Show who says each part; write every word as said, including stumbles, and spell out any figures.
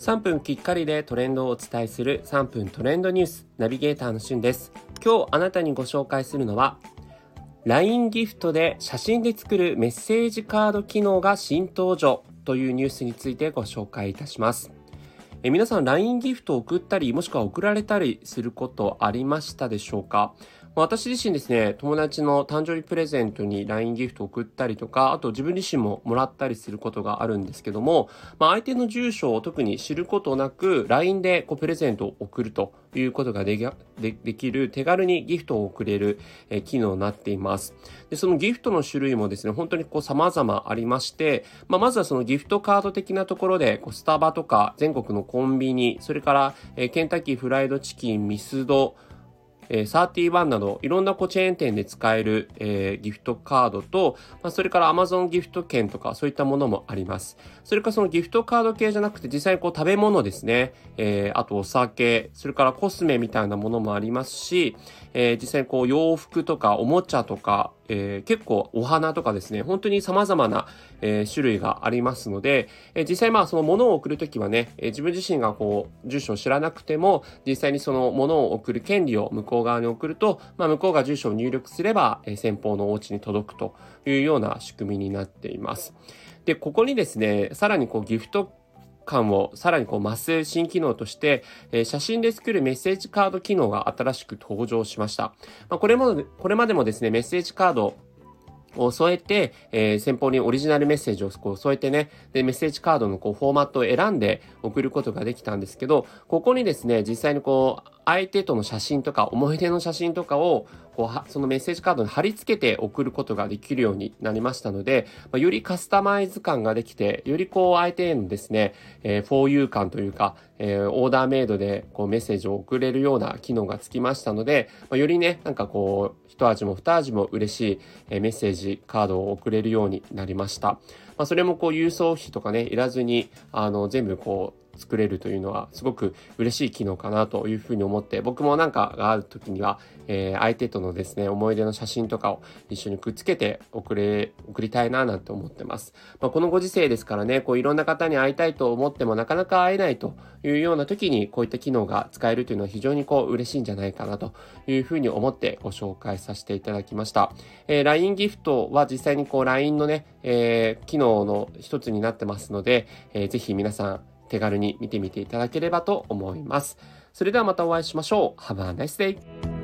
Speaker 1: さんぷんきっかりでトレンドをお伝えするさんぷんトレンドニュースナビゲーターのしゅんです。今日あなたにご紹介するのは ライン ギフトで写真で作るメッセージカード機能が新登場というニュースについてご紹介いたします。え皆さん ライン ギフトを送ったりもしくは送られたりすることありましたでしょうか。私自身ですね、友達の誕生日プレゼントに ライン ギフトを送ったりとか、あと自分自身ももらったりすることがあるんですけども、まあ、相手の住所を特に知ることなく ライン でこうプレゼントを送るということができ、で、できる手軽にギフトを送れる、えー、機能になっています。で、そのギフトの種類もですね、本当にこう様々ありまして、まあ、まずはそのギフトカード的なところで、こうスタバとか全国のコンビニ、それから、えー、ケンタッキーフライドチキン、ミスド、えー、サーティーワンなどいろんなこうチェーン店で使える、えー、ギフトカードと、まあ、それから Amazon ギフト券とかそういったものもあります。それからそのギフトカード系じゃなくて実際にこう食べ物ですね、えー、あとお酒、それからコスメみたいなものもありますし、えー、実際にこう洋服とかおもちゃとか、えー、結構お花とかですね、本当に様々な、えー、種類がありますので、えー、実際まあその物を送るときはね、えー、自分自身がこう住所を知らなくても実際にその物を送る権利を向こう側に送ると、まあ、向こうが住所を入力すれば、えー、先方のお家に届くというような仕組みになっています。で、ここにですね、さらにこうギフト感をさらにこう増す新機能として、えー、写真で作るメッセージカード機能が新しく登場しました。まあ、これも、これまでもですね、メッセージカードを添えて、えー、先方にオリジナルメッセージをこう添えてね、で、メッセージカードのこうフォーマットを選んで送ることができたんですけど、ここにですね、実際にこう、相手との写真とか思い出の写真とかをこうそのメッセージカードに貼り付けて送ることができるようになりましたので、まあ、よりカスタマイズ感ができて、よりこう相手へのですね、えー、フォーユー 感というか、えー、オーダーメイドでこうメッセージを送れるような機能がつきましたので、まあ、よりね、なんかこう一味も二味も嬉しい、えー、メッセージカードを送れるようになりました。まあ、それもこう郵送費とかね、いらずにあの全部こう作れるというのはすごく嬉しい機能かなというふうに思って、僕もなんかがある時には、えー、相手とのですね思い出の写真とかを一緒にくっつけて送れ送りたいななんて思ってます。まあ、このご時世ですからね、こういろんな方に会いたいと思ってもなかなか会えないというような時にこういった機能が使えるというのは非常にこう嬉しいんじゃないかなというふうに思ってご紹介させていただきました。えー、ライン ギフトは実際にこう ライン のね、えー、機能の一つになってますので、えー、ぜひ皆さん手軽に見てみていただければと思います。それではまたお会いしましょう。Have a nice day!